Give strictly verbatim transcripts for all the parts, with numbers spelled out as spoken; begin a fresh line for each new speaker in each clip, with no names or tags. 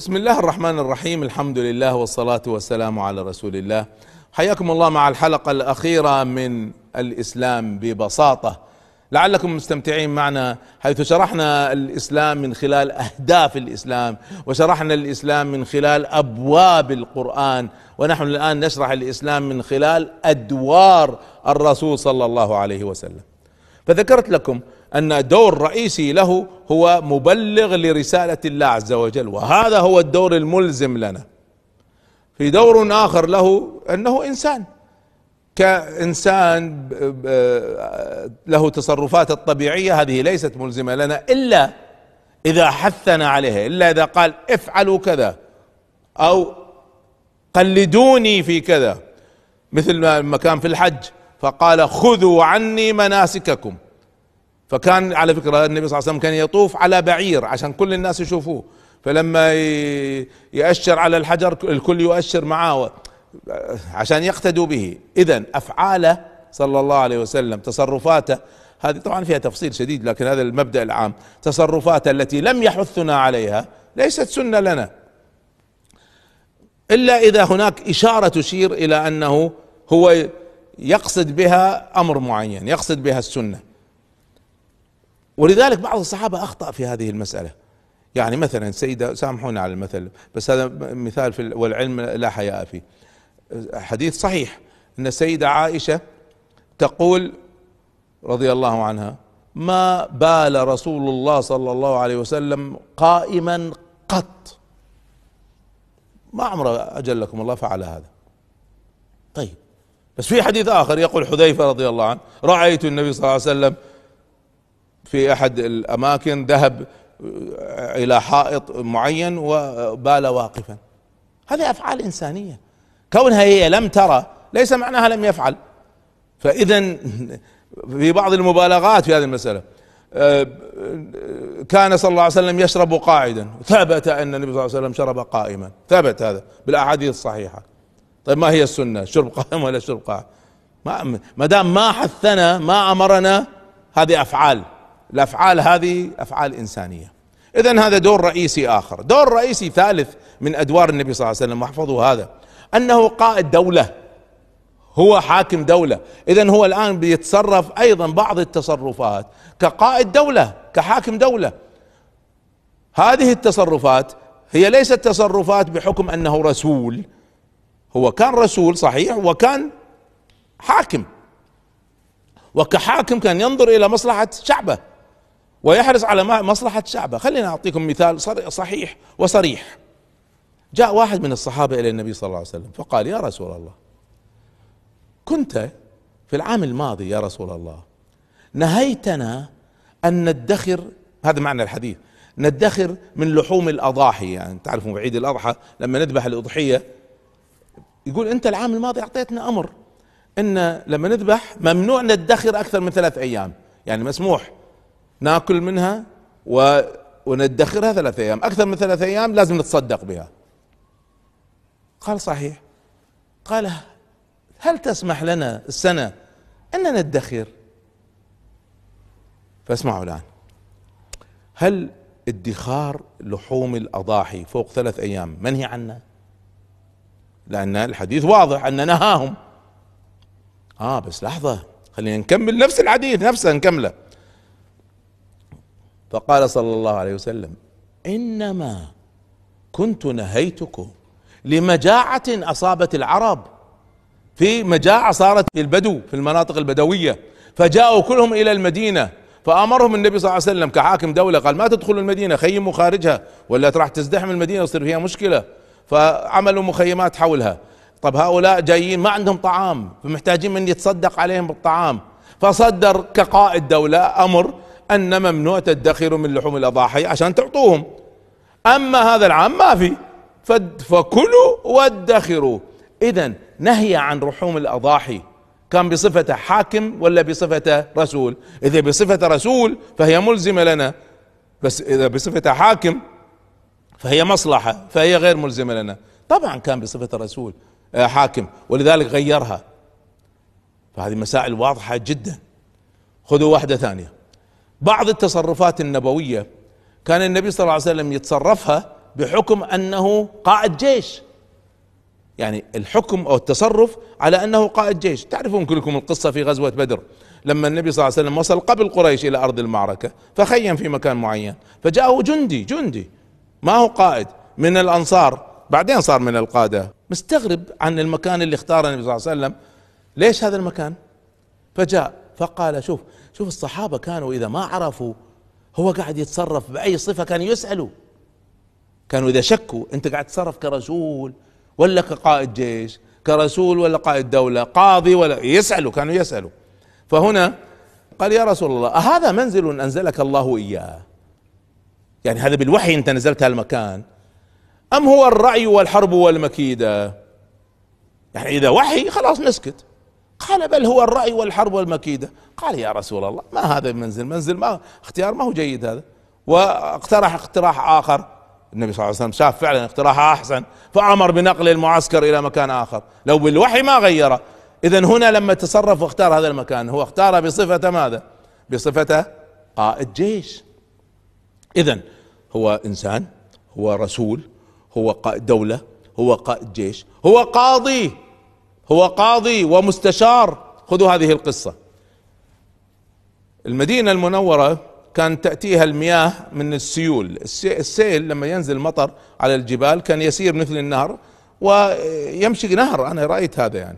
بسم الله الرحمن الرحيم. الحمد لله والصلاة والسلام على رسول الله. حياكم الله مع الحلقة الأخيرة من الإسلام ببساطة. لعلكم مستمتعين معنا حيث شرحنا الإسلام من خلال أهداف الإسلام، وشرحنا الإسلام من خلال أبواب القرآن، ونحن الآن نشرح الإسلام من خلال أدوار الرسول صلى الله عليه وسلم. فذكرت لكم أن دور رئيسي له هو مبلغ لرسالة الله عز وجل، وهذا هو الدور الملزم لنا. في دور آخر له أنه إنسان، كإنسان له تصرفات الطبيعية، هذه ليست ملزمة لنا إلا إذا حثنا عليها، إلا إذا قال افعلوا كذا أو قلدوني في كذا، مثل ما كان في الحج فقال خذوا عني مناسككم. فكان على فكرة النبي صلى الله عليه وسلم كان يطوف على بعير عشان كل الناس يشوفوه، فلما يأشر على الحجر الكل يؤشر معه عشان يقتدوا به. إذن أفعاله صلى الله عليه وسلم، تصرفاته هذه طبعا فيها تفصيل شديد، لكن هذا المبدأ العام. تصرفاته التي لم يحثنا عليها ليست سنة لنا، إلا إذا هناك إشارة تشير إلى أنه هو يقصد بها أمر معين، يقصد بها السنة. ولذلك بعض الصحابة أخطأ في هذه المسألة. يعني مثلا السيدة، سامحوني على المثل بس هذا مثال في والعلم لا حياء فيه، حديث صحيح أن السيدة عائشة تقول رضي الله عنها: ما بال رسول الله صلى الله عليه وسلم قائما قط، ما عمره أجلكم الله فعل هذا. طيب، بس في حديث آخر يقول حذيفة رضي الله عنه: رأيت النبي صلى الله عليه وسلم في أحد الأماكن ذهب إلى حائط معين وبال واقفا. هذه أفعال إنسانية، كونها هي لم ترى ليس معناها لم يفعل. فإذا في بعض المبالغات في هذه المسألة، كان صلى الله عليه وسلم يشرب قاعدا، ثبت أن النبي صلى الله عليه وسلم شرب قائما، ثبت هذا بالأحاديث الصحيحة. طيب ما هي السنة؟ شرب قائم ولا شرب قاعد؟ ما دام ما حثنا ما أمرنا، هذه أفعال، الأفعال هذه أفعال إنسانية. إذن هذا دور رئيسي آخر. دور رئيسي ثالث من أدوار النبي صلى الله عليه وسلم، واحفظوا هذا، أنه قائد دولة، هو حاكم دولة. إذن هو الآن بيتصرف أيضا بعض التصرفات كقائد دولة، كحاكم دولة. هذه التصرفات هي ليست تصرفات بحكم أنه رسول، هو كان رسول صحيح وكان حاكم، وكحاكم كان ينظر إلى مصلحة شعبه ويحرص على مصلحة شعبه. خلينا أعطيكم مثال صحيح وصريح. جاء واحد من الصحابة إلى النبي صلى الله عليه وسلم فقال: يا رسول الله، كنت في العام الماضي يا رسول الله نهيتنا أن ندخر، هذا معنى الحديث، ندخر من لحوم الأضاحي. يعني تعرفون بعيد الأضحى لما نذبح الأضحية، يقول أنت العام الماضي أعطيتنا أمر إن لما نذبح ممنوع ندخر أكثر من ثلاث أيام، يعني مسموح ناكل منها و... وندخرها ثلاث أيام، أكثر من ثلاث أيام لازم نتصدق بها. قال: صحيح. قال: هل تسمح لنا السنة أن ندخر؟ فاسمعوا الآن، هل ادخار لحوم الأضاحي فوق ثلاث أيام منهي عنه؟ لأن الحديث واضح أن نهاهم. آه بس لحظة، خلينا نكمل نفس الحديث نفسه نكمله. فقال صلى الله عليه وسلم: إنما كنت نهيتكم لمجاعة أصابت العرب، في مجاعة صارت في البدو، في المناطق البدوية، فجاءوا كلهم إلى المدينة، فأمرهم النبي صلى الله عليه وسلم كحاكم دولة، قال: ما تدخلوا المدينة، خيموا خارجها ولا راح تزدحم المدينة ويصير فيها مشكلة. فعملوا مخيمات حولها. طب هؤلاء جايين ما عندهم طعام، فمحتاجين من يتصدق عليهم بالطعام، فصدر كقائد دولة أمر أن ممنوع تدخروا من لحوم الأضاحي عشان تعطوهم. أما هذا العام ما في، فكلوا وادخروا. إذن نهي عن لحوم الأضاحي كان بصفة حاكم ولا بصفة رسول؟ إذا بصفة رسول فهي ملزمة لنا، بس إذا بصفة حاكم فهي مصلحة، فهي غير ملزمة لنا. طبعا كان بصفة رسول حاكم ولذلك غيرها. فهذه مسائل واضحة جدا. خذوا واحدة ثانية، بعض التصرفات النبوية كان النبي صلى الله عليه وسلم يتصرفها بحكم انه قائد جيش، يعني الحكم او التصرف على انه قائد جيش. تعرفون كلكم القصة في غزوة بدر، لما النبي صلى الله عليه وسلم وصل قبل قريش الى ارض المعركة فخيم في مكان معين، فجاءه جندي جندي ما هو قائد من الانصار، بعدين صار من القادة، مستغرب عن المكان اللي اختاره النبي صلى الله عليه وسلم، ليش هذا المكان؟ فجاء فقال شوف شوف الصحابة كانوا اذا ما عرفوا هو قاعد يتصرف باي صفة كانوا يسألوا، كانوا اذا شكوا انت قاعد تتصرف كرسول ولا كقائد جيش، كرسول ولا قائد دولة، قاضي ولا، يسألوا، كانوا يسألوا. فهنا قال يا رسول الله أهذا منزل أنزلك الله إياه، يعني هذا بالوحي أنت نزلت هالمكان، أم هو الرعي والحرب والمكيدة؟ يعني إذا وحي خلاص نسكت. قال بل هو الرعي والحرب والمكيدة. قال يا رسول الله ما هذا المنزل، منزل ما اختيار ما هو جيد هذا. واقترح اقتراح آخر، النبي صلى الله عليه وسلم شاف فعلا اقتراح احسن فامر بنقل المعسكر الى مكان اخر، لو بالوحي ما غيره. اذا هنا لما تصرف واختار هذا المكان هو اختاره بصفة ماذا؟ بصفة قائد جيش. اذا هو انسان، هو رسول، هو قائد دولة، هو قائد جيش، هو قاضي، هو قاضي ومستشار. خذوا هذه القصة. المدينة المنورة كانت تأتيها المياه من السيول، السيل لما ينزل مطر على الجبال كان يسير مثل النهر ويمشي نهر، أنا رأيت هذا يعني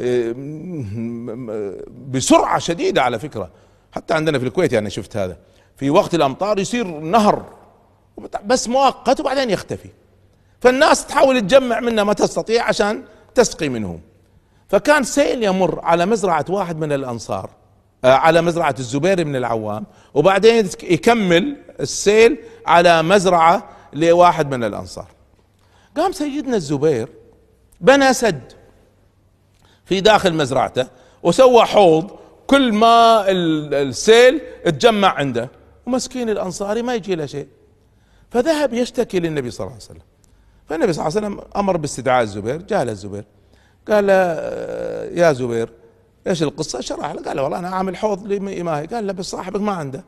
بسرعة شديدة على فكرة، حتى عندنا في الكويت يعني شفت هذا، في وقت الأمطار يصير نهر بس مؤقت وبعدين يختفي، فالناس تحاول تجمع منه ما تستطيع عشان تسقي منه. فكان سيل يمر على مزرعة واحد من الأنصار، على مزرعة الزبير بن العوام، وبعدين يكمل السيل على مزرعة لواحد من الأنصار. قام سيدنا الزبير بنى سد في داخل مزرعته وسوى حوض، كل ما السيل اتجمع عنده، ومسكين الأنصاري ما يجي له شيء. فذهب يشتكي للنبي صلى الله عليه وسلم، فالنبي صلى الله عليه وسلم أمر باستدعاء الزبير. جاء له الزبير قال له يا زبير ايش القصة؟ شرح له، قال له والله انا عامل حوض لماهي. قال له بس صاحبك ما عنده،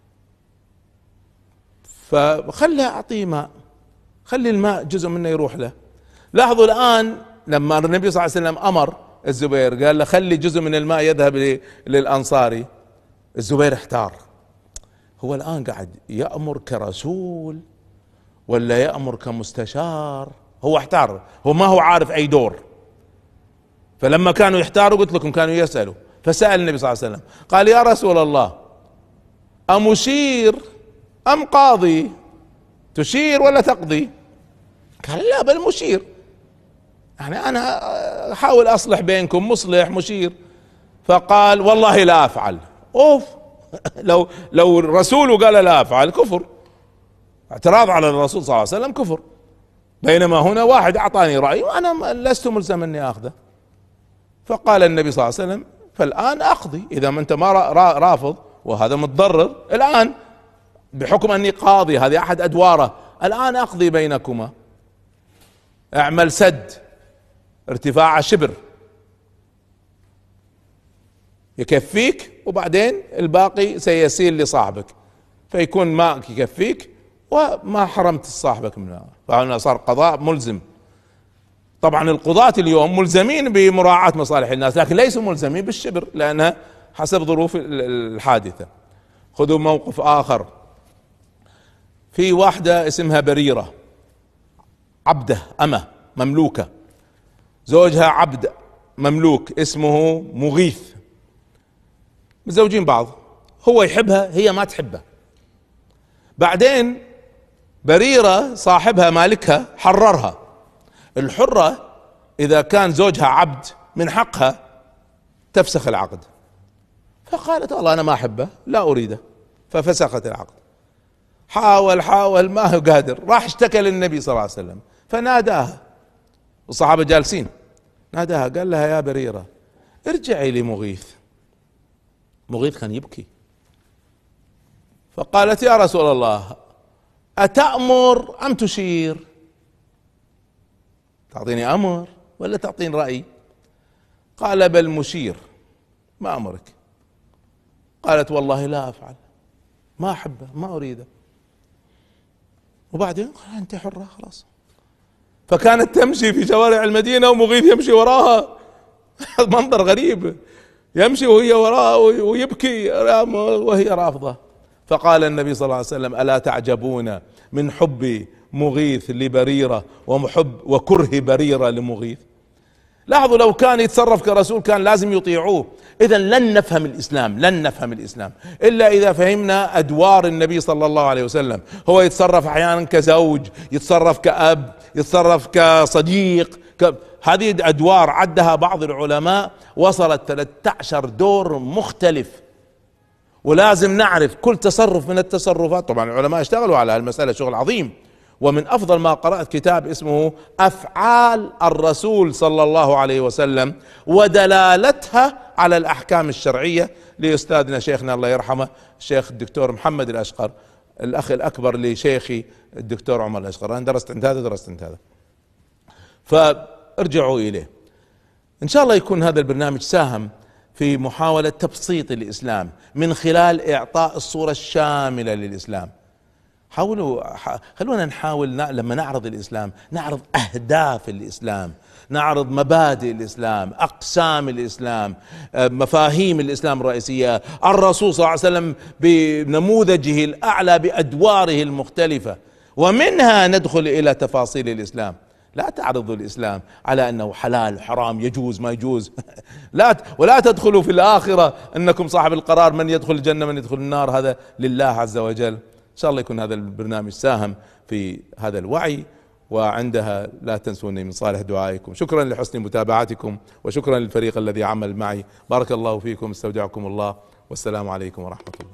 فخله اعطيه ماء، خلي الماء جزء منه يروح له. لاحظوا الان لما النبي صلى الله عليه وسلم امر الزبير قال له خلي جزء من الماء يذهب للانصاري، الزبير احتار، هو الان قاعد يأمر كرسول ولا يأمر كمستشار؟ هو احتار، هو ما هو عارف اي دور. فلما كانوا يحتاروا قلت لكم كانوا يسألوا، فسأل النبي صلى الله عليه وسلم قال يا رسول الله أمشير أم قاضي؟ تشير ولا تقضي؟ قال لا بل مشير، يعني أنا أحاول أصلح بينكم، مصلح مشير. فقال والله لا أفعل. أوف لو لو الرسول قال لا أفعل كفر، اعتراض على الرسول صلى الله عليه وسلم كفر، بينما هنا واحد أعطاني رأي وأنا لست ملزم أني أخذه. فقال النبي صلى الله عليه وسلم فالآن أقضي، إذا ما أنت ما رافض وهذا متضرر، الآن بحكم أني قاضي هذه أحد أدواره، الآن أقضي بينكما، اعمل سد ارتفاع شبر يكفيك وبعدين الباقي سيسيل لصاحبك، فيكون ماءك يكفيك وما حرمت صاحبك منها. فهنا صار قضاء ملزم. طبعا القضاة اليوم ملزمين بمراعاة مصالح الناس لكن ليسوا ملزمين بالشبر لأنها حسب ظروف الحادثة. خذوا موقف آخر، في واحدة اسمها بريرة، عبدة أمة مملوكة، زوجها عبد مملوك اسمه مغيث، متزوجين بعض، هو يحبها هي ما تحبه. بعدين بريرة صاحبها مالكها حررها. الحرة إذا كان زوجها عبد من حقها تفسخ العقد، فقالت والله أنا ما أحبه لا أريده، ففسخت العقد. حاول حاول ما هو قادر، راح اشتكى للنبي صلى الله عليه وسلم فناداها، الصحابة جالسين، ناداها قال لها يا بريرة ارجعي لمغيث. مغيث كان يبكي، فقالت يا رسول الله أتأمر أم تشير؟ تعطيني أمر ولا تعطيني رأي؟ قال بل مشير، ما أمرك. قالت والله لا أفعل، ما أحبه ما أريده. وبعدين انت حرة خلاص. فكانت تمشي في شوارع المدينة ومغيث يمشي وراها منظر غريب، يمشي وهي وراها ويبكي وهي رافضة. فقال النبي صلى الله عليه وسلم: ألا تعجبون من حب مغيث لبريرة ومحب وكره بريرة لمغيث؟ لاحظوا لو كان يتصرف كرسول كان لازم يطيعوه. اذا لن نفهم الاسلام، لن نفهم الاسلام الا اذا فهمنا ادوار النبي صلى الله عليه وسلم. هو يتصرف احيانا كزوج، يتصرف كأب، يتصرف كصديق، ك... هذه ادوار عدها بعض العلماء وصلت ثلاثة عشر دور مختلف، ولازم نعرف كل تصرف من التصرفات. طبعا العلماء اشتغلوا على هالمسألة شغل عظيم، ومن افضل ما قرأت كتاب اسمه افعال الرسول صلى الله عليه وسلم ودلالتها على الاحكام الشرعية لاستاذنا شيخنا الله يرحمه الشيخ الدكتور محمد الاشقر، الاخ الاكبر لشيخي الدكتور عمر الاشقر. انا درست عند هذا درست عند هذا فارجعوا اليه. ان شاء الله يكون هذا البرنامج ساهم في محاولة تبسيط الاسلام من خلال اعطاء الصورة الشاملة للاسلام. حاولوا خلونا نحاول لما نعرض الاسلام نعرض اهداف الاسلام، نعرض مبادئ الاسلام، اقسام الاسلام، مفاهيم الاسلام الرئيسية، الرسول صلى الله عليه وسلم بنموذجه الاعلى بادواره المختلفة، ومنها ندخل الى تفاصيل الاسلام. لا تعرضوا الاسلام على انه حلال حرام يجوز ما يجوز لا ولا تدخلوا في الاخرة انكم صاحب القرار من يدخل الجنة من يدخل النار، هذا لله عز وجل. ان شاء الله يكون هذا البرنامج ساهم في هذا الوعي، وعندها لا تنسوني من صالح دعائكم. شكرا لحسن متابعتكم، وشكرا للفريق الذي عمل معي. بارك الله فيكم، استودعكم الله، والسلام عليكم ورحمة الله.